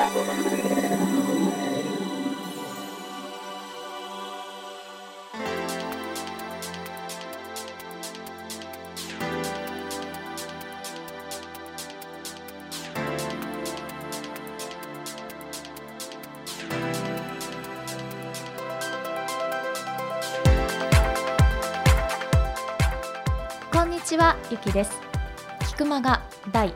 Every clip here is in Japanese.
こんにちは、ゆきです。キクマガ第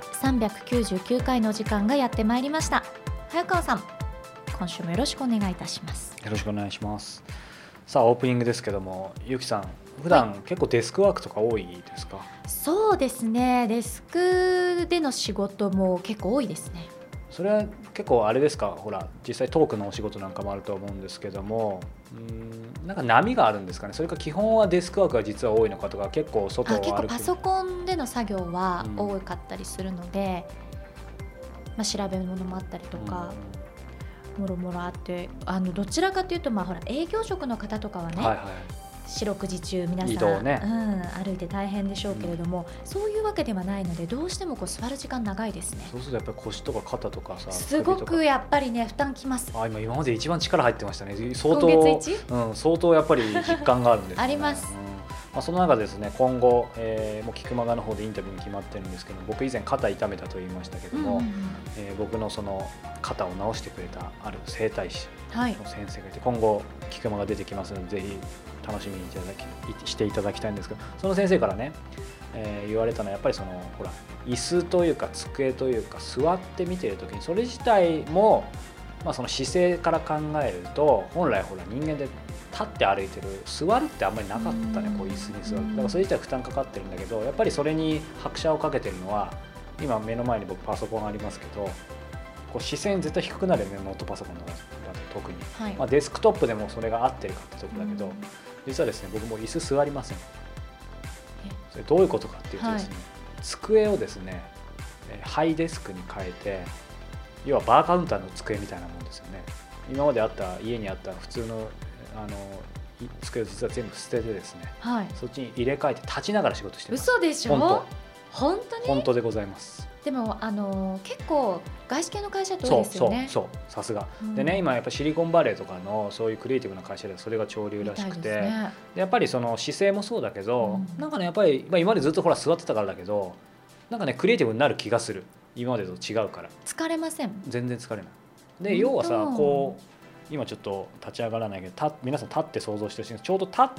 399回の時間がやってまいりました。早川さん、今週もよろしくお願いいたします。 よろしくお願いします。さあ、オープニングですけども、ゆきさん、普段結構デスクワークとか多いですか？ そうですね、デスクでの仕事も結構多いですね。 それは結構あれですか、ほら実際トークのお仕事なんかもあると思うんですけども、なんか波があるんですかね。それか基本はデスクワークが実は多いのかとか、結構外を歩く。 結構パソコンでの作業は多かったりするので、調べ物もあったりとか、もろもろあって、どちらかというと、ほら営業職の方とかはね、四六時中皆さん移動ね、 歩いて大変でしょうけれども、そういうわけではないので、どうしても座る時間長いですね。 そうするとやっぱり腰とか肩とかさ、 すごくやっぱりね、負担きます。 今まで一番力入ってましたね。相当やっぱり実感があるんです、ね、 あります。 その中ですね、今後、もうキクマガの方でインタビューに決まってるんですけど、僕以前肩痛めたと言いましたけども、僕のその肩を治してくれたある整体師の先生がいて、今後キクマが出てきますので、ぜひ楽しみにしていただきたいんですけど、その先生からね、言われたのはやっぱりほら椅子というか机というか座って見ている時に、それ自体も、その姿勢から考えると、本来ほら人間で立って歩いてる、座るってあんまりなかったね、こう椅子に座る。だからそれ自体負担かかってるんだけど、やっぱりそれに拍車をかけてるのは、今目の前に僕パソコンありますけど、こう視線絶対低くなるよね、ノートパソコンのだと特に、デスクトップでもそれが合ってるかってとこだけど、実はですね、僕も椅子座りません。それどういうことかっていうとですね、机をですね、ハイデスクに変えて、要はバーカウンターの机みたいなもんですよね。今まで家にあった普通の机を実は全部捨ててですね、そっちに入れ替えて立ちながら仕事してます。 嘘でしょ？本当に？ 本当でございます。 でも結構外資系の会社って多いですよね。 そうさすが、でね、今やっぱシリコンバレーとかのそういうクリエイティブな会社ではそれが潮流らしくて、でやっぱりその姿勢もそうだけど、なんかね、やっぱり、今までずっとほら座ってたからだけど、なんかねクリエイティブになる気がする。今までと違うから。疲れません？ 全然疲れない。で要はさ、こう今ちょっと立ち上がらないけど、皆さん立って想像してほしいんです。ちょうど立って、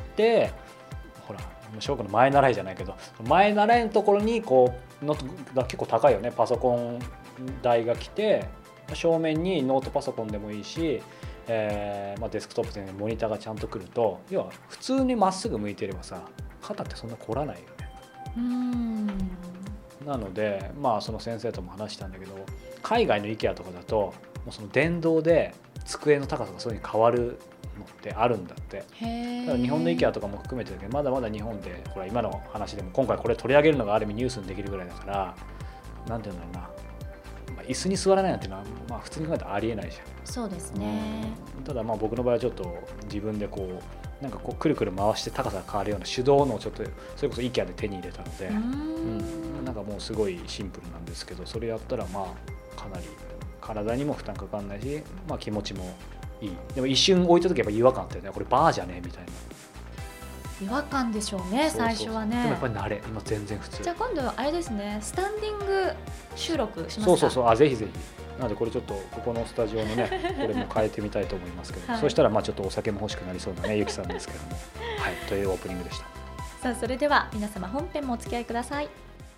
ほら翔くんの前習いじゃないけど、前習いのところにこうノートが結構高いよね、パソコン台が来て、正面にノートパソコンでもいいし、デスクトップでモニターがちゃんと来ると、要は普通にまっすぐ向いてればさ、肩ってそんな凝らないよね。なので、その先生とも話したんだけど、海外の IKEA とかだともうその電動で机の高さがそういう風に変わるのってあるんだって。だから日本の IKEA とかも含めてだけど、まだまだ日本でほら今の話でも今回これ取り上げるのがある意味ニュースにできるぐらいだから、なんていうんだろうな、椅子に座らないなんていうのは、普通に考えたらありえないじゃん。 そうですね。 ただ僕の場合はちょっと自分でこうなんかこうくるくる回して高さが変わるような手動のをちょっとそれこそ IKEA で手に入れたので、なんかもうすごいシンプルなんですけど、それやったらかなり体にも負担かかんないし、気持ちもいい。でも一瞬置いた時やっぱ違和感あったよね。これバーじゃねみたいな。違和感でしょうね、最初はね。 でもやっぱり慣れ、今全然普通。 じゃあ今度あれですね、スタンディング収録しますか？ そう、ぜひぜひ。なのでこれちょっとここのスタジオのね、これも変えてみたいと思いますけど、そうしたらちょっとお酒も欲しくなりそうなね、ゆきさんですけども、というオープニングでした。 さあ、それでは皆様本編もお付き合いください。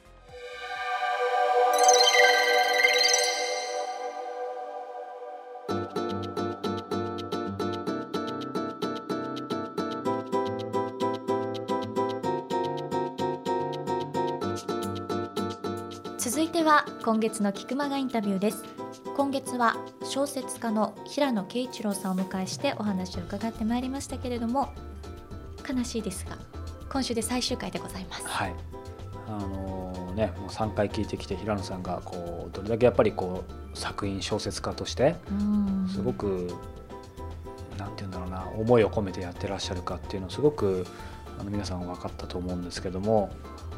続いては今月のキクマガインタビューです。今月は小説家の平野啓一郎さんをお迎えしてお話を伺ってまいりましたけれども、悲しいですが今週で最終回でございます。 もう3回聞いてきて、平野さんがこうどれだけやっぱりこう作品小説家としてすごくなんていうんだろうな、思いを込めてやってらっしゃるかっていうのをすごく皆さん分かったと思うんですけども、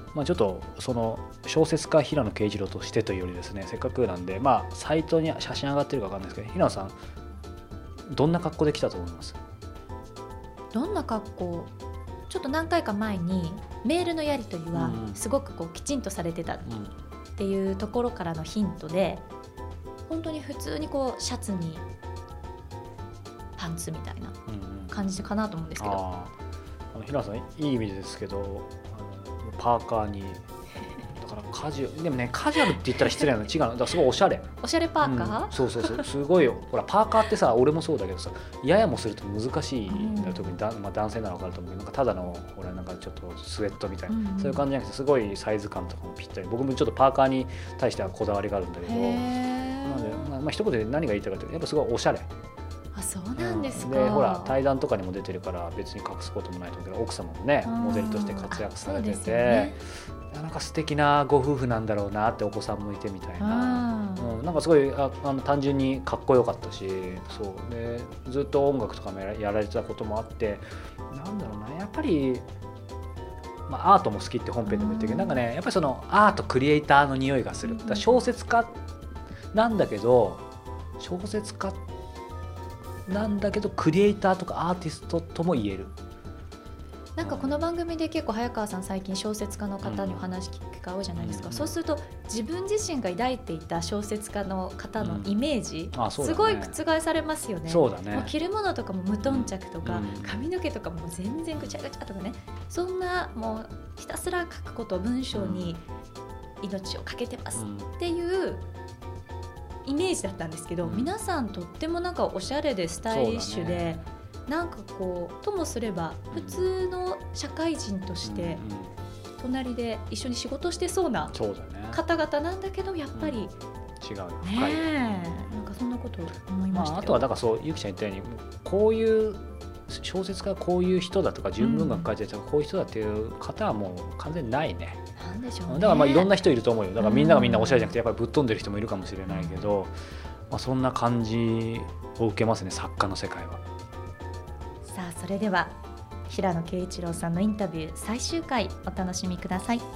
ちょっとその小説家平野啓一郎としてというよりですね、せっかくなんで、サイトに写真上がってるか分かんないですけど、平野さんどんな格好で来たと思います？ どんな格好？ちょっと何回か前にメールのやり取りはすごくこうきちんとされてたっていうところからのヒントで、本当に普通にこうシャツにパンツみたいな感じかなと思うんですけど、 平野さんいい意味ですけど、パーカーにだからカジュアルでもね、カジュアルって言ったら失礼なの、違うの、だからすごいおしゃれ、 おしゃれパーカー、 そうそうそう、すごいよ。ほらパーカーってさ、俺もそうだけどさ、ややもすると難しい、特に男性なら分かると思うけど、なんかただのほらなんかちょっとスウェットみたいな、そういう感じじゃなくて、すごいサイズ感とかもぴったり。僕もちょっとパーカーに対してはこだわりがあるんだけど、なので、一言で何が言いたいかというと、やっぱすごいおしゃれ。 あ、そうなんですか。 でほら対談とかにも出てるから別に隠すこともないと思うけど、奥様もねモデルとして活躍されてて、なんか素敵なご夫婦なんだろうなって、お子さんもいてみたいな、なんかすごい単純にかっこよかったし、そうでずっと音楽とかもやられてたこともあって、なんだろうな、やっぱり、アートも好きって本編でも言ってるけど、なんかね、やっぱりそのアートクリエイターの匂いがする。だから小説家なんだけど、小説家なんだけどクリエイターとかアーティストとも言える。 なんかこの番組で結構早川さん最近小説家の方にお話聞く機会多いじゃないですか、そうすると自分自身が抱いていた小説家の方のイメージ、すごい覆されますよね。 そうだね。 もう着るものとかも無頓着とか、髪の毛とかも全然ぐちゃぐちゃとかね、そんなもうひたすら書くこと、文章に命をかけてますっていうイメージだったんですけど、皆さんとってもなんかおしゃれでスタイリッシュで、なんかこうともすれば普通の社会人として隣で一緒に仕事してそうな方々なんだけど、やっぱり違うよ、 深いよね。なんかそんなこと思いましたよ。 あとはだからそう、ゆきちゃん言ったように、こういう小説家こういう人だとか純文学書いてる人がこういう人だっていう方はもう完全にないね。 なんでしょうね。 だからいろんな人いると思うよ。だからみんながみんなおしゃれじゃなくて、やっぱりぶっ飛んでる人もいるかもしれないけど、そんな感じを受けますね、作家の世界は。 さあ、それでは平野啓一郎さんのインタビュー最終回お楽しみください。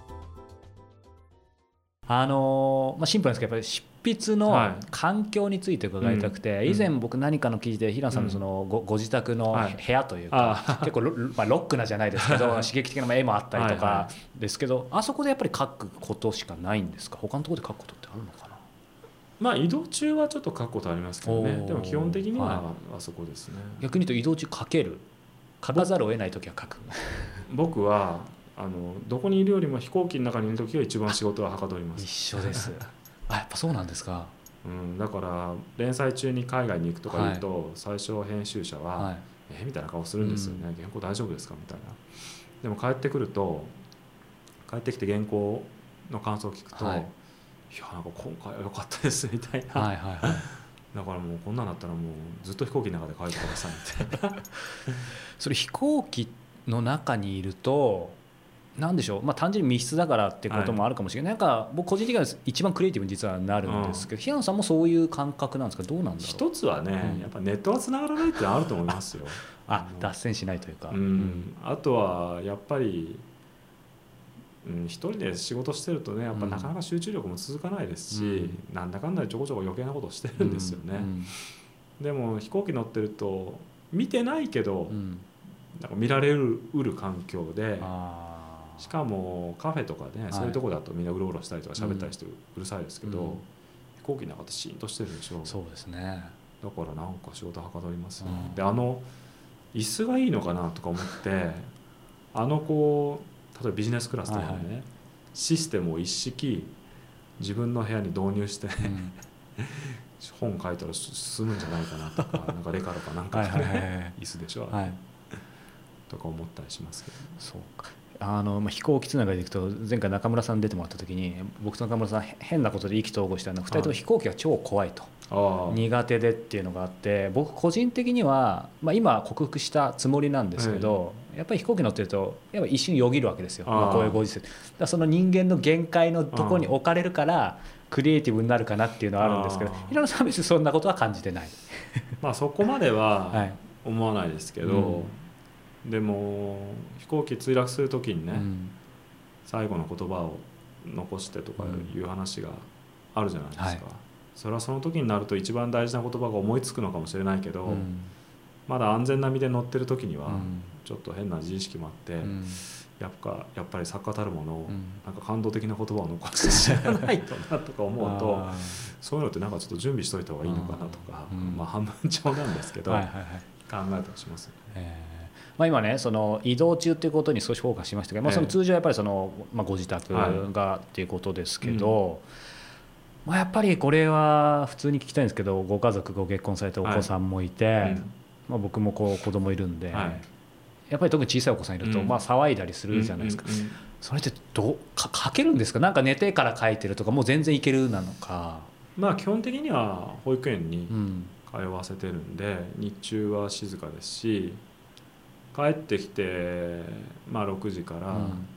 シンプルですけど、やっぱり執筆の環境について伺いたくて、以前僕何かの記事で平野さんのそのご自宅の部屋というか、結構ロックなじゃないですけど刺激的な絵もあったりとかですけど、あそこでやっぱり書くことしかないんですか？他のところで書くことってあるのかな？ 移動中はちょっと書くことありますけどね。でも基本的にはあそこですね。 逆に言うと移動中書かざるを得ない時は書く。 僕はどこにいるよりも飛行機の中にいる時が一番仕事ははかどります。 一緒です。やっぱそうなんですか。 だから連載中に海外に行くとか言うと、最初編集者はみたいな顔するんですよね。原稿大丈夫ですかみたいな。でも帰ってきて原稿の感想を聞くと、いやなんか今回は良かったですみたいな。だからもうこんなんだったらもうずっと飛行機の中で書いてくださいみたいな。 それ飛行機の中にいるとなんでしょう、単純に密室だからってこともあるかもしれない、なんか僕個人的には一番クリエイティブに実はなるんですけど、平野さんもそういう感覚なんですか？どうなんだろう。 一つはね、やっぱネットがつながらないってのはあると思いますよ。 脱線しないというか、 あとはやっぱり、一人で仕事してるとね、やっぱなかなか集中力も続かないですし、なんだかんだでちょこちょこ余計なことをしてるんですよね。でも飛行機乗ってると見てないけど、なんか見られる環境で、しかもカフェとかね、そういうとこだとみんなうろうろしたりとか喋ったりしてうるさいですけど、飛行機の中ってシーンとしてるでしょ。 そうですね。 だからなんか仕事はかどりますよね。で椅子がいいのかなとか思ってこう例えばビジネスクラスとかね、システムを一式自分の部屋に導入して、本書いたら進むんじゃないかなとか、なんかレカロかなんかね椅子でしょ、とか思ったりしますけど。 そうか。飛行機つながりでいくと、前回中村さん出てもらった時に、僕と中村さん変なことで意気投合した2人とも飛行機が超怖いと、苦手でっていうのがあって、僕個人的には、今克服したつもりなんですけど、やっぱり飛行機乗ってるとやっぱ一瞬よぎるわけですよ。こういうご時世だ、その人間の限界のところに置かれるからクリエイティブになるかなっていうのはあるんですけど、平野さんは別にそんなことは感じてない。 そこまでは思わないですけど、でも飛行機墜落する時にね、 最後の言葉を残してとかいう話があるじゃないですか、はい、それはその時になると一番大事な言葉が思いつくのかもしれないけど、まだ安全な身で乗ってる時にはちょっと変な自意識もあって、やっぱり作家たるもの、なんか感動的な言葉を残して知らないとなとか思うとそういうのってなんかちょっと準備しといた方がいいのかなとか、まあ半分帳なんですけど、考えたりしますよね。 まあ、今ねその移動中っていうことに少しフォーカスしましたけど、まあ、その通常やっぱりその、まあ、ご自宅がっていうことですけど、まあ、やっぱりこれは普通に聞きたいんですけど、ご家族ご結婚されてお子さんもいて、まあ、僕もこう子供いるんで、やっぱり特に小さいお子さんいるとまあ騒いだりするじゃないですか。それってどう書けるんですか？なんか寝てから書いてるとかもう全然いけるなのか。 まあ基本的には保育園に通わせてるんで、日中は静かですし、帰ってきて、まあ、6時から、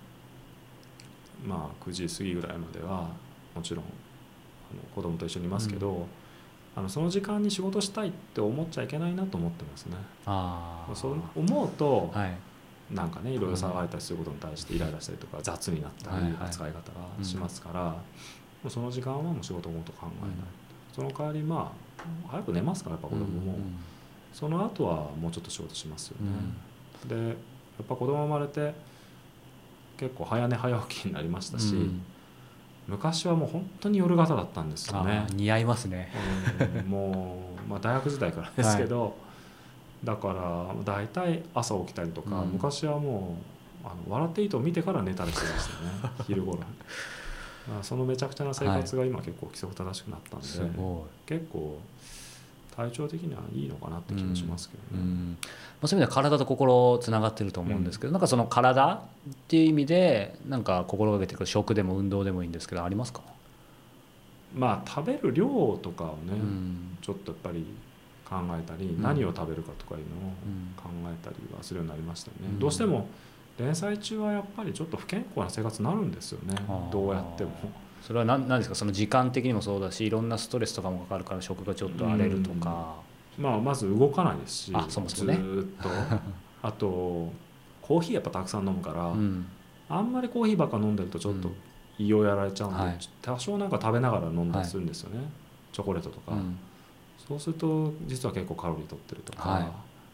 まあ、9時過ぎぐらいまではもちろん子供と一緒にいますけど、その時間に仕事したいって思っちゃいけないなと思ってますね。そう思うと、なんかねいろいろ騒いだりすることに対してイライラしたりとか雑になったり扱い方がしますから、もうその時間はもう仕事のこと考えない、その代わりまあ早く寝ますからやっぱ子供も、その後はもうちょっと仕事しますよね。でやっぱ子供生まれて結構早寝早起きになりましたし、昔はもう本当に夜型だったんですよね。 似合いますね。 もう、まあ、大学時代からですけど、だから大体朝起きたりとか、昔はもう笑っていいと見てから寝たりしてましたね昼頃に。そのめちゃくちゃな生活が今結構規則正しくなったんで、結構体調的にはいいのかなって気もしますけどね。 そういう意味では体と心つながってると思うんですけど、なんかその体っていう意味でなんか心がけてくる食でも運動でもいいんですけどありますか？ まあ食べる量とかをね、ちょっとやっぱり考えたり、何を食べるかとかいうのを考えたりはするようになりましたね。どうしても連載中はやっぱりちょっと不健康な生活になるんですよね、どうやっても。 それは何ですか？その時間的にもそうだし、いろんなストレスとかもかかるから食がちょっと荒れるとか。 まあ、まず動かないですし、 そもそもね、 ずっとあとコーヒーやっぱたくさん飲むから、あんまりコーヒーばっか飲んでるとちょっと胃をやられちゃうんで、多少なんか食べながら飲んだりするんですよね、チョコレートとか、そうすると実は結構カロリー取ってるとか、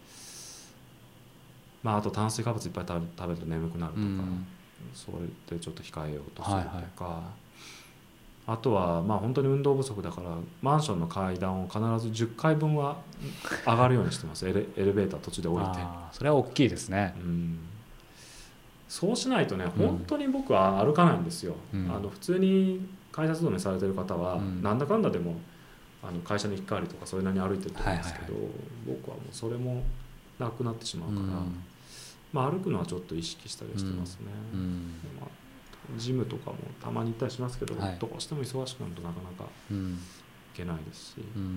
まあ、あと炭水化物いっぱい食べると眠くなるとか、それでちょっと控えようとするとか、あとはまあ本当に運動不足だからマンションの階段を必ず10回分は上がるようにしてます。エレベーター途中で降りて。 それは大きいですね。 そうしないとね、本当に僕は歩かないんですよ。普通に会社勤めされてる方はなんだかんだでも会社に行き帰りとかそれなりに歩いてると思うんですけど、僕はもうそれもなくなってしまうから、まあ、歩くのはちょっと意識したりしてますね。ジムとかもたまに行ったりしますけど、どうしても忙しくなるとなかなか行けないですし、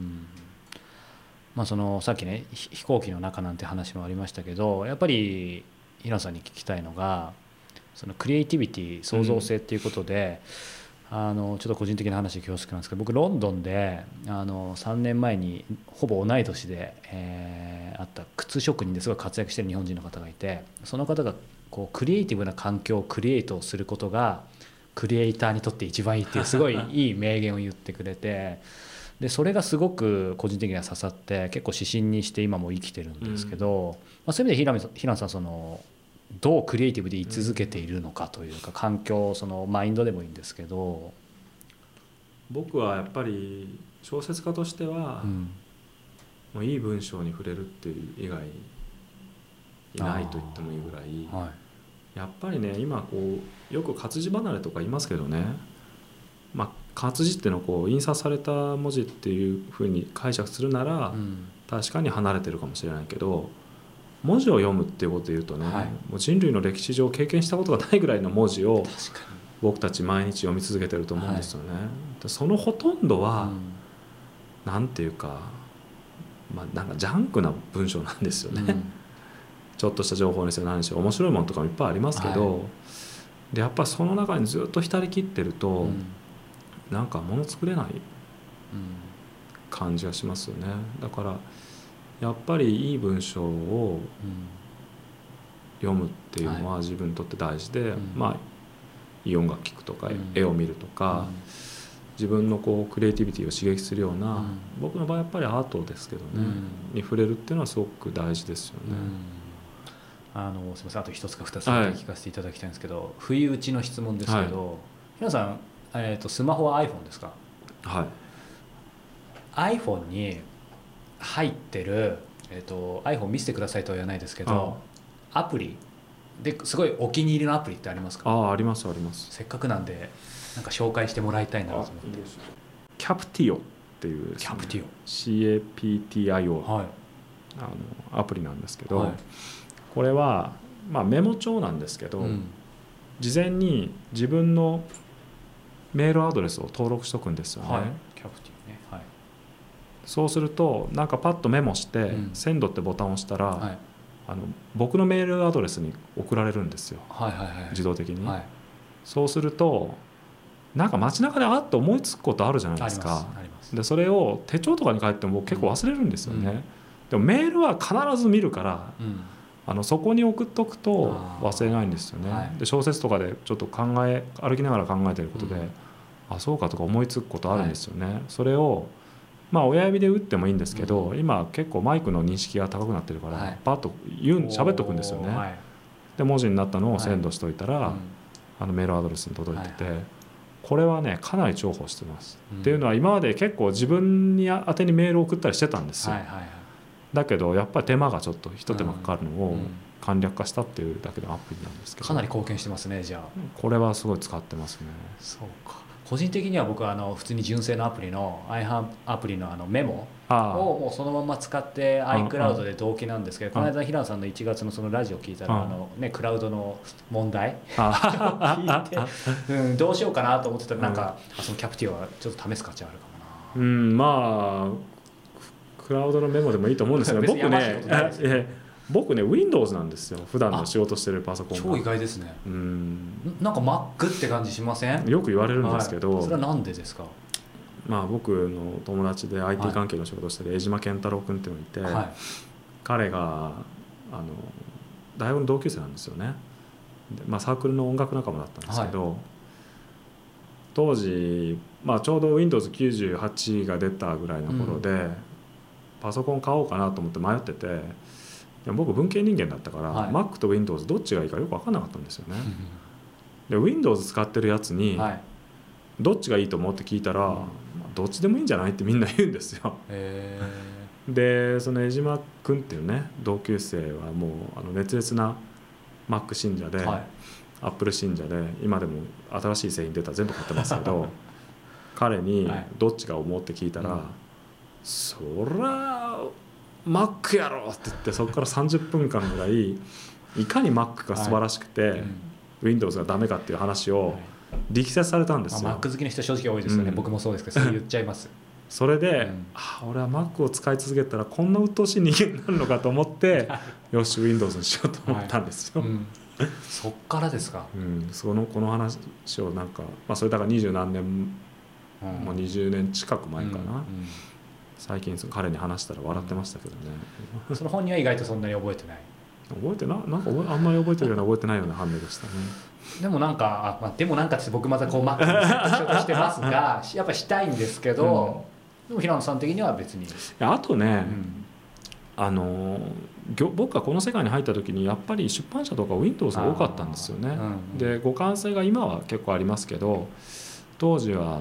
まあ、そのさっきね飛行機の中なんて話もありましたけど、やっぱり平野さんに聞きたいのがそのクリエイティビティ創造性っていうことで、ちょっと個人的な話で恐縮なんですけど、僕ロンドンで3年前にほぼ同い年で、あった靴職人ですごい活躍してる日本人の方がいて、その方がこうクリエイティブな環境をクリエイトすることがクリエイターにとって一番いいっていうすごいいい名言を言ってくれて、でそれがすごく個人的には刺さって結構指針にして今も生きてるんですけど、そういう意味で平野さんそのどうクリエイティブで居続けているのかというか、環境そのマインドでもいいんですけど。 僕はやっぱり小説家としては、もういい文章に触れるっていう以外いないと言ってもいいぐらい、やっぱりね今こうよく活字離れとか言いますけどね、まあ、活字っていうのをこう印刷された文字っていうふうに解釈するなら、確かに離れてるかもしれないけど、文字を読むっていうことでいうとね、もう人類の歴史上経験したことがないぐらいの文字を僕たち毎日読み続けてると思うんですよね。そのほとんどは、なんていうか、まあ、なんかジャンクな文章なんですよね。ちょっとした情報にせよ何にせよ面白いものとかもいっぱいありますけど、でやっぱその中にずっと浸りきってると、なんか物作れない感じがしますよね。だからやっぱりいい文章を読むっていうのは自分にとって大事で、まあいい音楽聴くとか、絵を見るとか、自分のこうクリエイティビティを刺激するような、僕の場合やっぱりアートですけどね、に触れるっていうのはすごく大事ですよね。 すみません、あと一つか二つだけ聞かせていただきたいんですけど、不意打ちの質問ですけど、平野さん、スマホは iPhone ですか？ はい。 iPhone に入ってる、iPhone 見せてくださいとは言わないですけど、アプリですごいお気に入りのアプリってありますか？ ありますあります。 せっかくなんでなんか紹介してもらいたいなと思って。 キャプティオっていう、 キャプティオ CAPTIO、はい、アプリなんですけど、これは、メモ帳なんですけど、事前に自分のメールアドレスを登録しておくんですよね。 キャプティオね、はい、 そうするとなんかパッとメモして「センド」ってボタンを押したら、僕のメールアドレスに送られるんですよ、自動的に。そうするとなんか街中であっと思いつくことあるじゃないですか。でそれを手帳とかに書いても僕結構忘れるんですよね。でもメールは必ず見るから、そこに送っとくと忘れないんですよね。で小説とかでちょっと歩きながら考えてることで、あそうかとか思いつくことあるんですよね。それを親指で打ってもいいんですけど、今結構マイクの認識が高くなってるからパッと喋っとくんですよね。で文字になったのをセンドしといたら、メールアドレスに届いてて、これはねかなり重宝してます。っていうのは今まで結構自分に宛てにメールを送ったりしてたんですよ。だけどやっぱり手間がちょっと一手間かかるのを簡略化したっていうだけのアプリなんですけど、 かなり貢献してますね。じゃあこれはすごい使ってますね。 そうか。個人的には僕は普通に純正のアプリの iHub アプリのメモをもうそのまま使って iCloud で同期なんですけど、この間平野さんの1月のそのラジオ聞いたらクラウドの問題聞いて、どうしようかなと思ってたらなんかそのキャプティオはちょっと試す価値あるかもな。 クラウドのメモでもいいと思うんですが、僕ね Windows なんですよ、普段の仕事してるパソコンが。 超意外ですね。なんか Mac って感じしません？ よく言われるんですけど、 それはなんでですか？ 僕の友達で IT 関係の仕事をしてる江島健太郎君っていうのがいて、彼が大学の同級生なんですよね。で、サークルの音楽仲間だったんですけど、当時、ちょうど Windows98 が出たぐらいの頃で、パソコン買おうかなと思って迷ってて、僕文系人間だったから、Mac と Windows どっちがいいかよく分かんなかったんですよね。で Windows 使ってるやつに、どっちがいいと思って聞いたら、どっちでもいいんじゃないってみんな言うんですよ。でその江島君っていうね同級生はもう熱烈な Mac 信者で、Apple 信者で、今でも新しい製品出たら全部買ってますけど彼にどっちが思うって聞いたら、そらMac やろって言って、そこから30分間ぐらいいかに Mac が素晴らしくて、Windows がダメかっていう話を力説されたんですよ。 Mac 好きな人正直多いですよね。僕もそうですけど、そう言っちゃいます。 それで、俺は Mac を使い続けたらこんな鬱陶しい人間になるのかと思ってよし Windows にしようと思ったんですよ。 そっからですか。 この話をなんか、それだから20何年、もう20年近く前かな、最近彼に話したら笑ってましたけどね。 その本人は意外とそんなに覚えてない。 なんかあんまり覚えてるような覚えてないような反応でしたね。 でもなんかって僕またこうMacにセットしようとしてますがやっぱしたいんですけど、でも平野さん的には別に。 あとね、僕がこの世界に入った時にやっぱり出版社とか Windows が多かったんですよね。で互換性が今は結構ありますけど、当時は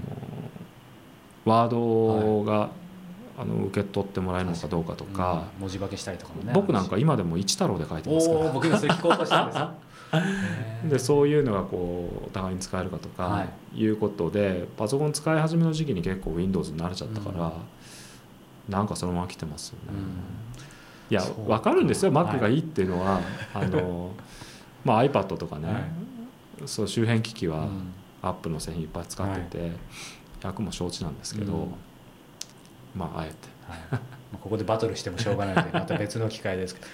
ワードが受け取ってもらえるのかどうかとか、 文字化けしたりとかもね。僕なんか今でも一太郎で書いてますから。 僕がそれ聞こうとしたんですよ。 でそういうのがこうお互いに使えるかとかいうことで、パソコン使い始めの時期に結構 Windows に慣れちゃったから、なんかそのまま来てますよね。いや分かるんですよ、Mac がいいっていうのは。iPad とかね、そう周辺機器は Apple の製品いっぱい使ってて100も承知なんですけど、あえてここでバトルしてもしょうがないのでまた別の機会ですけど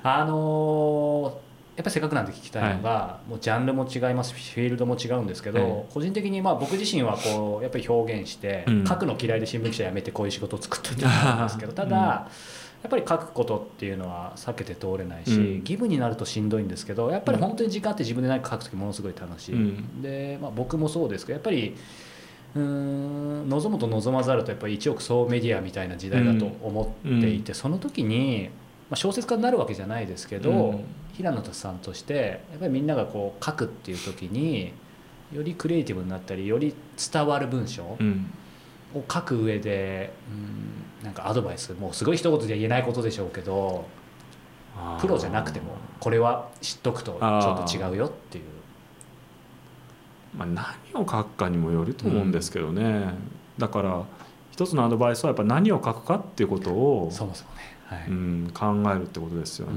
やっぱりせっかくなんで聞きたいのが、もうジャンルも違います、フィールドも違うんですけど、個人的に僕自身はこうやっぱり表現して、書くの嫌いで新聞記者辞めてこういう仕事を作ったんですけど、ただやっぱり書くことっていうのは避けて通れないし、義務になるとしんどいんですけど、やっぱり本当に時間あって自分で何か書く時ものすごい楽しい、で、僕もそうですけどやっぱり望むと望まざるとやっぱり一億総メディアみたいな時代だと思っていて、その時に、小説家になるわけじゃないですけど、平野さんとしてやっぱりみんながこう書くっていう時によりクリエイティブになったりより伝わる文章を書く上で、なんかアドバイス、もうすごい一言で言えないことでしょうけど、プロじゃなくてもこれは知っとくとちょっと違うよっていう。 何を書くかにもよると思うんですけどね、だから一つのアドバイスはやっぱ何を書くかっていうことをそもそもね、 考えるってことですよね、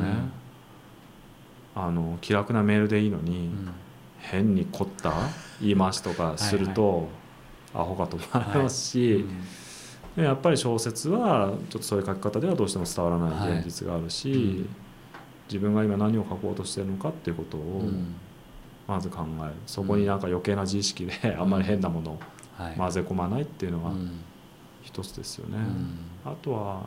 気楽なメールでいいのに、変に凝った言い回しとかするとアホかと思われますし、やっぱり小説はちょっとそういう書き方ではどうしても伝わらない現実があるし、自分が今何を書こうとしてるのかっていうことをまず考える、そこになんか余計な自意識であんまり変なものを混ぜ込まないっていうのが一つですよね。あとは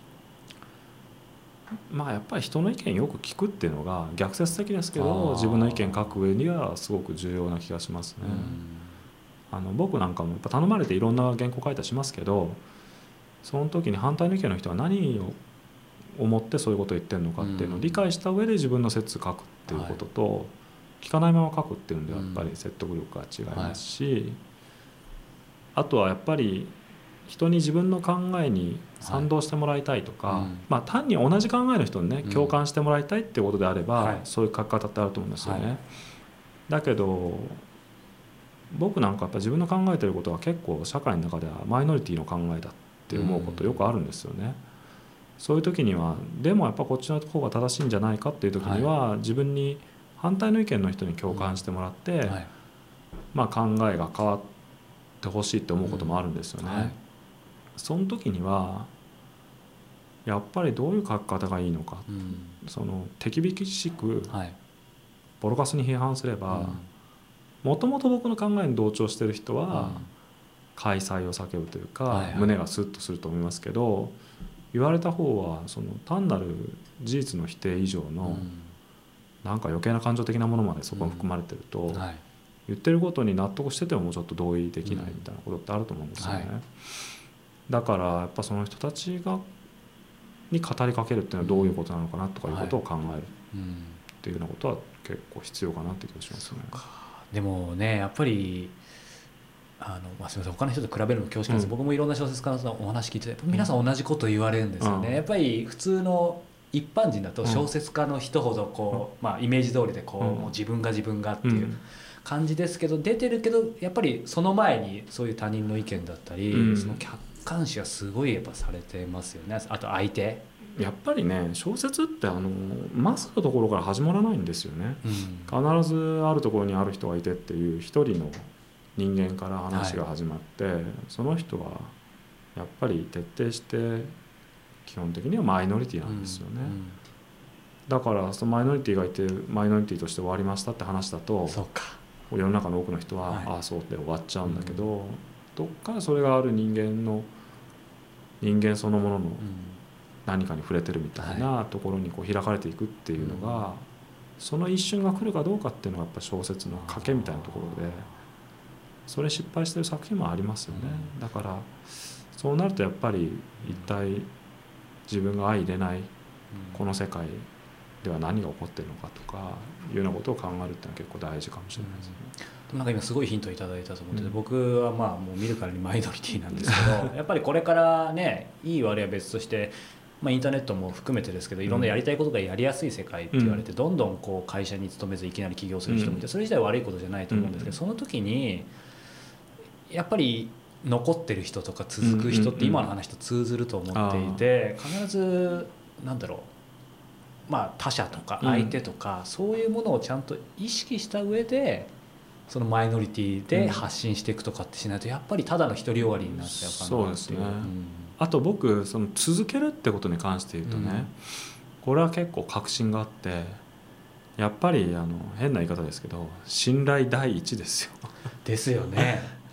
やっぱり人の意見よく聞くっていうのが逆説的ですけど自分の意見書く上にはすごく重要な気がしますね。僕なんかもやっぱ頼まれていろんな原稿書いたりしますけど、その時に反対の意見の人は何を思ってそういうことを言ってるのかっていうのを理解した上で自分の説書くっていうことと、聞かないまま書くっていうのでやっぱり説得力が違いますし、あとはやっぱり人に自分の考えに賛同してもらいたいとか、単に同じ考えの人にね共感してもらいたいっていうことであれば、そういう書き方ってあると思うんですよね。だけど僕なんかやっぱ自分の考えてることは結構社会の中ではマイノリティの考えだって思うことよくあるんですよね。そういう時にはでもやっぱこっちの方が正しいんじゃないかっていう時には、自分に反対の意見の人に共感してもらって、考えが変わってほしいって思うこともあるんですよね。その時にはやっぱりどういう書き方がいいのか、その手厳しくボロカスに批判すれば、もともと僕の考えに同調してる人は開催を避けるというか、胸がスッとすると思いますけど、言われた方はその単なる事実の否定以上のなんか余計な感情的なものまでそこに含まれてると、言ってることに納得しててももうちょっと同意できないみたいなことってあると思うんですよね。だからやっぱその人たちに語りかけるっていうのはどういうことなのかなとかいうことを考えるっていうようなことは結構必要かなって気がしますね。 でもね、やっぱりすみません、他の人と比べるの恐縮なんです、僕もいろんな小説家のお話聞いてて皆さん同じこと言われるんですよね。やっぱり普通の一般人だと小説家の人ほどこう、イメージ通りでこう、もう自分がっていう感じですけど、出てるけどやっぱりその前にそういう他人の意見だったり、その客観視はすごいやっぱされてますよね。あと相手やっぱりね、小説ってまずのところから始まらないんですよね、必ずあるところにある人がいてっていう一人の人間から話が始まって、その人はやっぱり徹底して基本的にはマイノリティなんですよね、だからそのマイノリティがいてマイノリティとして終わりましたって話だと、世の中の多くの人は、ああそうって終わっちゃうんだけど、どっからそれがある人間そのものの何かに触れてるみたいなところにこう開かれていくっていうのが、その一瞬が来るかどうかっていうのがやっぱ小説の賭けみたいなところで、それ失敗してる作品もありますよね。だからそうなるとやっぱり一体自分が相入れないこの世界では何が起こってるのかとかいうようなことを考えるっていうのは結構大事かもしれないですね。 なんか今すごいヒントいただいたと思ってて、僕はもう見るからにマイノリティなんですけどやっぱりこれからね、いい悪いは別としてインターネットも含めてですけど、いろんなやりたいことがやりやすい世界って言われて、どんどんこう会社に勤めずいきなり起業する人もいて、それ自体悪いことじゃないと思うんですけど、その時にやっぱり残ってる人とか続く人って今の話と通ずると思っていて、必ずなんだろう、他者とか相手とか、そういうものをちゃんと意識した上でそのマイノリティで発信していくとかってしないと、やっぱりただの独りよがりになっちゃうかなっていう。 そうですね、あと僕その続けるってことに関して言うとね、これは結構確信があって、やっぱり変な言い方ですけど信頼第一ですよ。 ですよね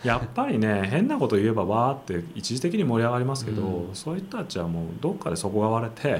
やっぱりね変なこと言えばわーって一時的に盛り上がりますけど、そういう人たちはもうどっかで底が割れて、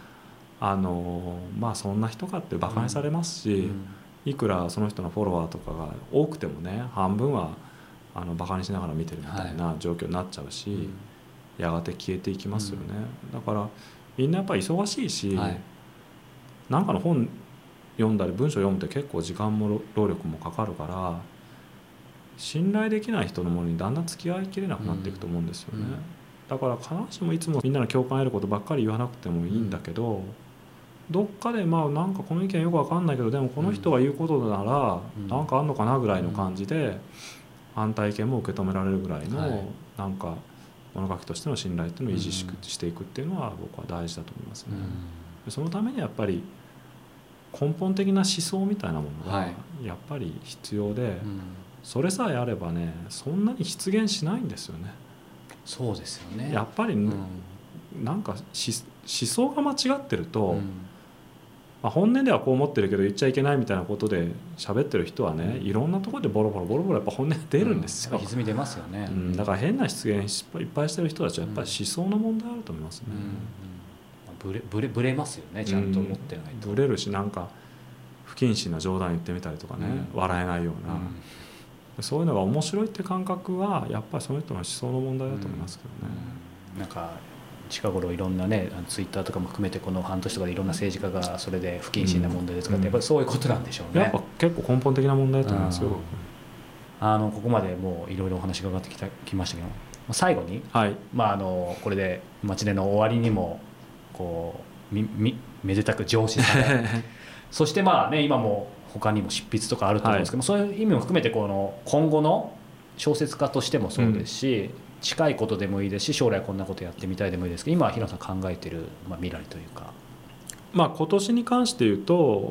まあそんな人かってバカにされますし、いくらその人のフォロワーとかが多くてもね半分はバカにしながら見てるみたいな状況になっちゃうし、やがて消えていきますよね。だからみんなやっぱり忙しいし、なんかの本読んだり文章読むって結構時間も労力もかかるから、信頼できない人のものにだんだん付き合いきれなくなっていくと思うんですよね。だから必ずしもいつもみんなの共感を得ることばっかり言わなくてもいいんだけど、どっかでまあなんかこの意見よく分かんないけどでもこの人が言うことならなんかあんのかなぐらいの感じで反対意見も受け止められるぐらいのなんか物書きとしての信頼っていうのを維持していくっていうのは僕は大事だと思いますね。そのためにやっぱり根本的な思想みたいなものがやっぱり必要で、それさえあればねそんなに出現しないんですよね。 そうですよね。 やっぱり、なんか思想が間違ってると、まあ、本音ではこう思ってるけど言っちゃいけないみたいなことで喋ってる人はね、いろんなところでボロボロやっぱ本音が出るんですよ。 歪み出ますよね。 だから変な出現いっぱいしてる人たちはやっぱり思想の問題あると思いますね。 ブレますよね、ちゃんと思ってないと。 ブレるし、なんか不謹慎な冗談言ってみたりとかね、笑えないような、そういうのが面白いって感覚はやっぱりその人の思想の問題だと思いますけどね。 なんか近頃いろんなねツイッターとかも含めてこの半年とかでいろんな政治家がそれで不謹慎な問題ですから、やっぱりそういうことなんでしょうね。 やっぱ結構根本的な問題だと思いますよ。 ここまでもういろいろお話が上がってきましたけど、最後に、これで町での終わりにもこうめでたく上司されそして今も他にも執筆とかあると思うんですけども、そういう意味も含めて今後の小説家としてもそうですし、近いことでもいいですし将来こんなことやってみたいでもいいですけど、今平野さん考えている未来というか、 今年に関して言うと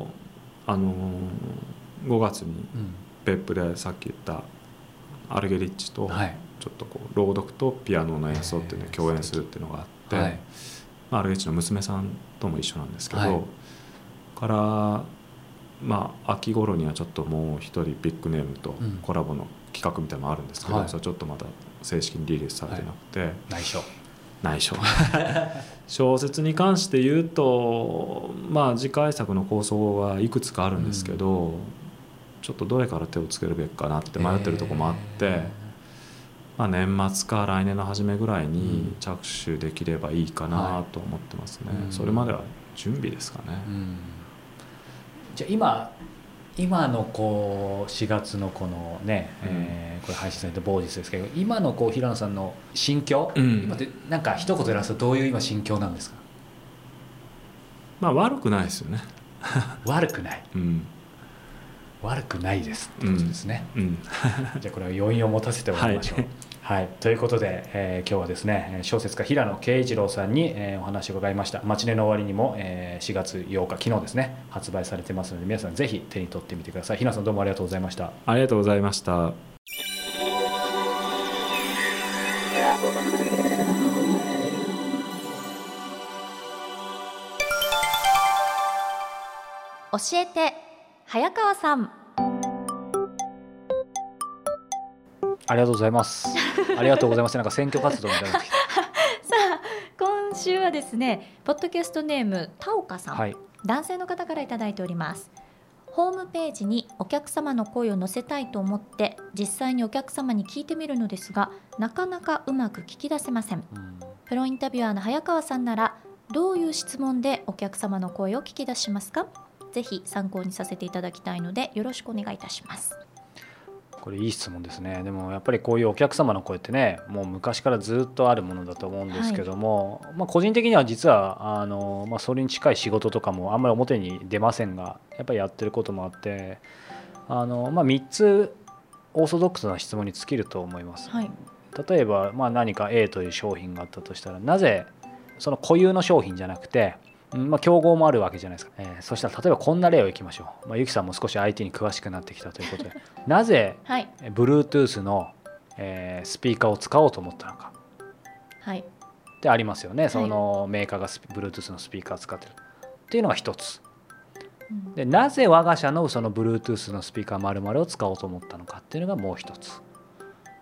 5月に別府でさっき言ったアルゲリッチとちょっと朗読とピアノの演奏っていうのを共演するっていうのがあって、アルゲリッチの娘さんとも一緒なんですけど、から秋頃にはちょっともう一人ビッグネームとコラボの企画みたいなのもあるんですけど、それちょっとまだ正式にリリースされてなくて、内緒小説に関して言うと次回作の構想はいくつかあるんですけど、ちょっとどれから手をつけるべきかなって迷ってるところもあって、年末か来年の初めぐらいに着手できればいいかなと思ってますね。それまでは準備ですかね。 じゃあ今の4月のこのね、これ配信された某日ですけど、今の平野さんの心境、今ってなんか一言で言わすとどういう今心境なんですか？ 悪くないですよね。 悪くない、悪くないですってことですね。じゃあこれは余韻を持たせてもらいましょう。ということで、今日はですね小説家平野啓一郎さんに、お話を伺いました。町根の終わりにも、4月8日昨日ですね発売されてますので、皆さんぜひ手に取ってみてください。平野さんどうもありがとうございました。 ありがとうございました。 教えて早川さん。 ありがとうございます。ありがとうございます。なんか選挙活動みたいな。さあ今週はですねポッドキャストネームたおかさん、男性の方からいただいております。ホームページにお客様の声を載せたいと思って実際にお客様に聞いてみるのですが、なかなかうまく聞き出せません。プロインタビュアーの早川さんならどういう質問でお客様の声を聞き出しますか？ぜひ参考にさせていただきたいのでよろしくお願いいたします。 これいい質問ですね。でもやっぱりこういうお客様の声ってねもう昔からずっとあるものだと思うんですけども、個人的には実はそれに近い仕事とかもあんまり表に出ませんが、やっぱりやってることもあって3つオーソドックスな質問に尽きると思います。例えば何か A という商品があったとしたら、なぜその固有の商品じゃなくて競合もあるわけじゃないですか。そしたら例えばこんな例をいきましょう。ゆきさんも少し IT に詳しくなってきたということでなぜ Bluetooth のスピーカーを使おうと思ったのかってありますよね。そのメーカーが Bluetooth のスピーカーを使ってるっていうのが一つで、なぜ我が社のその Bluetooth のスピーカー〇〇を使おうと思ったのかっていうのがもう一つ。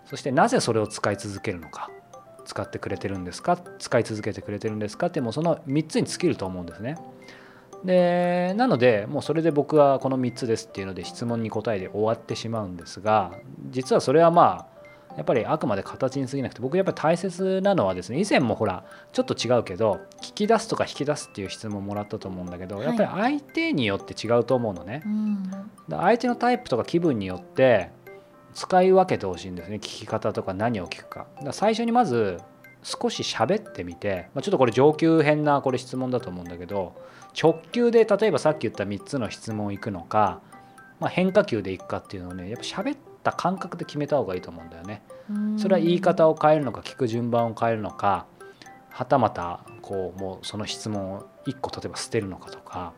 そしてなぜそれを使い続けるのか、使ってくれてるんですか、使い続けてくれてるんですかって、もうその3つに尽きると思うんですね。でなのでもうそれで僕はこの3つですっていうので質問に答えて終わってしまうんですが、実はそれはやっぱりあくまで形に過ぎなくて、僕やっぱり大切なのはですね、以前もほらちょっと違うけど聞き出すとか引き出すっていう質問もらったと思うんだけど、やっぱり相手によって違うと思うのね。だ相手のタイプとか気分によって使い分けてほしいんですね、聞き方とか何を聞くか。だから最初にまず少し喋ってみて、ちょっとこれ上級編なこれ質問だと思うんだけど、直球で例えばさっき言った3つの質問いくのか、変化球でいくかっていうのをね、やっぱ喋った感覚で決めた方がいいと思うんだよね。それは言い方を変えるのか、聞く順番を変えるのか、はたまたもうその質問を1個例えば捨てるのかとか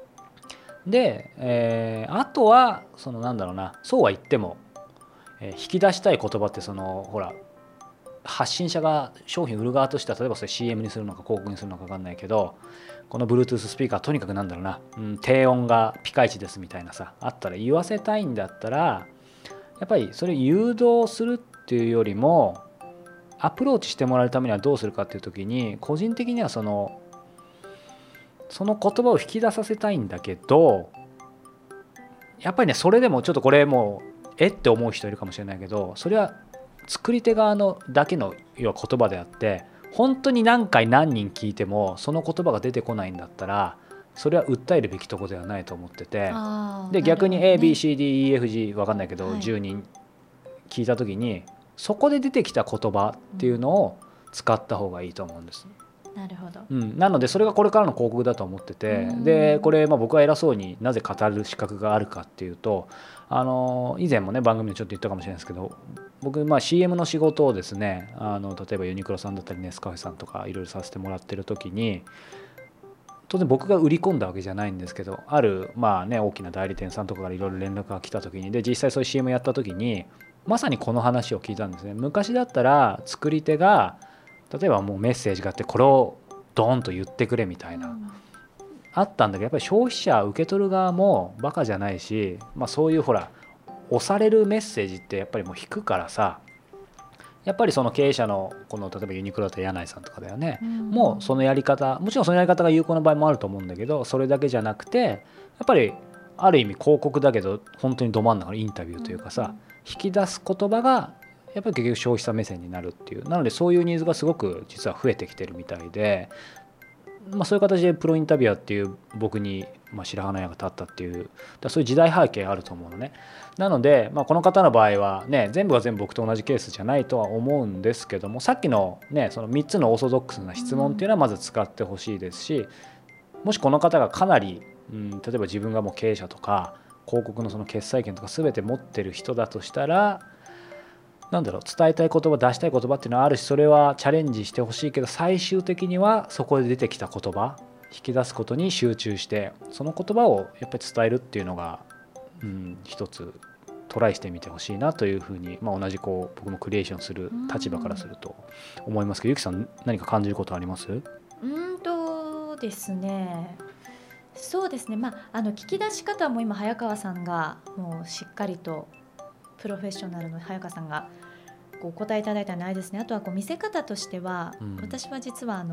で、あとはなんだろうな、そうは言っても、引き出したい言葉ってほら発信者が商品売る側としては、例えばそれ CM にするのか広告にするのか分かんないけど、この Bluetooth スピーカーとにかくなんだろうな、低音がピカイチですみたいなさあったら、言わせたいんだったらやっぱりそれ誘導するっていうよりも、アプローチしてもらうためにはどうするかっていう時に、個人的にはその言葉を引き出させたいんだけど、やっぱりね、それでもちょっとこれもうって思う人いるかもしれないけど、それは作り手側のだけの要は言葉であって、本当に何回何人聞いてもその言葉が出てこないんだったら、それは訴えるべきとこではないと思ってて、で逆に ABCDEFG 分かんないけど、10人聞いた時にそこで出てきた言葉っていうのを使った方がいいと思うんです。 なるほど。 なのでそれがこれからの広告だと思ってて、でこれ僕は偉そうになぜ語る資格があるかっていうと、以前もね番組でちょっと言ったかもしれないですけど、僕CM の仕事をですね、例えばユニクロさんだったりネスカフェさんとかいろいろさせてもらってる時に、当然僕が売り込んだわけじゃないんですけど、ある大きな代理店さんとかからいろいろ連絡が来た時に、で実際そういう CM やった時にまさにこの話を聞いたんですね。昔だったら作り手が例えばもうメッセージがあって、これをドーンと言ってくれみたいな、あったんだけど、やっぱり消費者受け取る側もバカじゃないし、そういうほら押されるメッセージってやっぱりもう引くからさ、やっぱりその経営者の例えばユニクロだったら柳井さんとかだよね、もうそのやり方、もちろんそのやり方が有効な場合もあると思うんだけど、それだけじゃなくてやっぱりある意味広告だけど本当にど真ん中のインタビューというかさ、引き出す言葉がやっぱり結局消費者目線になるっていう、なのでそういうニーズがすごく実は増えてきてるみたいで、そういう形でプロインタビュアーっていう僕に白羽の矢が立ったっていう、そういう時代背景あると思うのね。なので、この方の場合はね、全部が全部僕と同じケースじゃないとは思うんですけども、さっきのねその3つのオーソドックスな質問っていうのはまず使ってほしいですし、もしこの方がかなり、例えば自分がもう経営者とか広告のその決裁権とか全て持ってる人だとしたら、伝えたい言葉、出したい言葉っていうのはあるし、それはチャレンジしてほしいけど、最終的にはそこで出てきた言葉、引き出すことに集中して、その言葉をやっぱり伝えるっていうのが、一つトライしてみてほしいなというふうに、同じ僕もクリエーションする立場からすると思いますけど、ゆきさん何か感じることあります？ ですね、そうですね、聞き出し方はもう今早川さんがもうしっかりと、プロフェッショナルの早川さんがお答えいただいたのはないですね。あとは見せ方としては、私は実は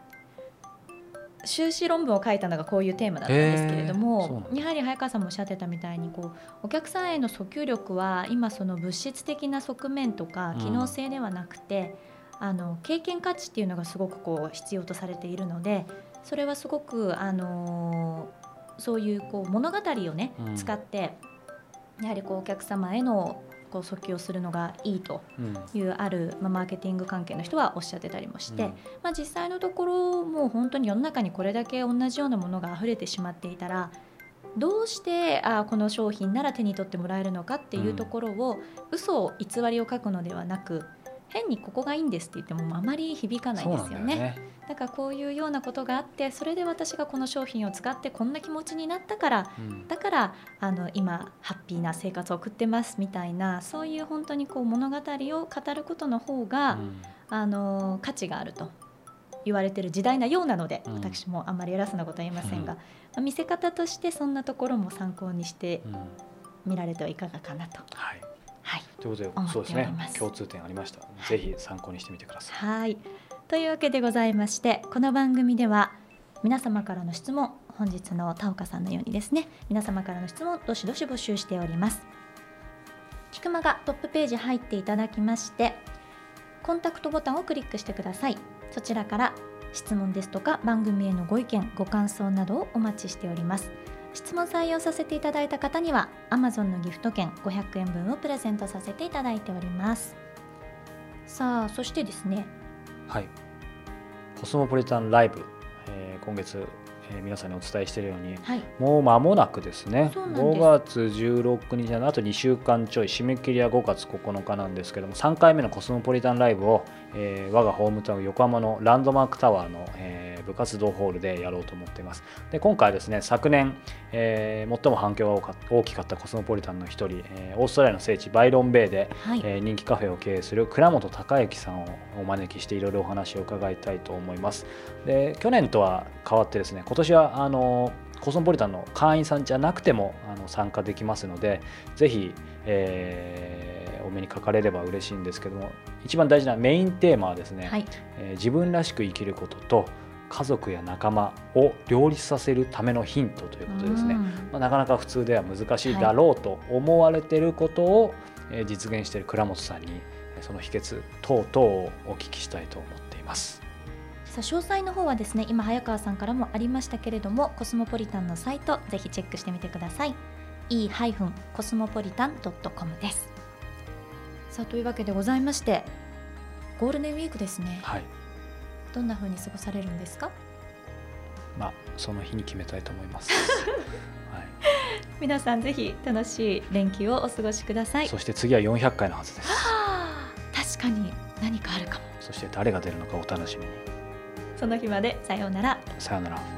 修士論文を書いたのがこういうテーマだったんですけれども、やはり早川さんもおっしゃってたみたいにお客さんへの訴求力は今その物質的な側面とか機能性ではなくて、経験価値っていうのがすごく必要とされているので、それはすごくそういう物語をね、使ってやはりお客様への訴求をするのがいいというある、マーケティング関係の人はおっしゃってたりもして、実際のところもう本当に世の中にこれだけ同じようなものが溢れてしまっていたら、どうしてこの商品なら手に取ってもらえるのかっていうところを、嘘を偽りを書くのではなく、変にここがいいんですって言ってもあまり響かないですよね。だからこういうようなことがあって、それで私がこの商品を使ってこんな気持ちになったから、だから今ハッピーな生活を送ってますみたいな、そういう本当に物語を語ることの方が、価値があると言われている時代なようなので、私もあんまり偉そうなことは言いませんが、見せ方としてそんなところも参考にして見られてはいかがかなと。 ということでそうですね、共通点ありました。ぜひ参考にしてみてください。 はい、というわけでございまして、この番組では皆様からの質問、本日の田岡さんのようにですね、皆様からの質問どしどし募集しております。キクマガトップページ入っていただきまして、コンタクトボタンをクリックしてください。そちらから質問ですとか番組へのご意見ご感想などをお待ちしております。質問採用させていただいた方には Amazon のギフト券500円分をプレゼントさせていただいております。さあ、そしてですね、 はい、コスモポリタンライブ、今月、皆さんにお伝えしているように、 はい、 もう間もなくですね。5月す 16日のあと2週間ちょい、締め切りは5月9日なんですけども、3回目のコスモポリタンライブを、我がホームタウン横浜のランドマークタワーの、部活動ホールでやろうと思っています。で、今回はですね、昨年、最も反響が大きかったコスモポリタンの一人、オーストラリアの聖地バイロンベイで、 はい、 人気カフェを経営する倉本孝之さんをお招きしていろいろお話を伺いたいと思います。で、去年とは変わってですね、今年はコスモポリタンの会員さんじゃなくても参加できますので、ぜひ、お目にかかれれば嬉しいんですけども、一番大事なメインテーマはですね、 はい、 自分らしく生きることと家族や仲間を両立させるためのヒントということですね。なかなか普通では難しいだろうと思われていることを、実現している倉本さんにその秘訣等々をお聞きしたいと思っています。 さあ、詳細の方はですね、今早川さんからもありましたけれども、コスモポリタンのサイトぜひチェックしてみてください。e-cosmopolitan.com です。さあ、というわけでございまして、ゴールデンウィークですね。 はい、 どんな風に過ごされるんですか？ その日に決めたいと思います。はい、 皆さんぜひ楽しい連休をお過ごしください。 そして次は400回のはずです。 確かに何かあるかも。 そして誰が出るのかお楽しみに。 その日までさようなら。 さようなら。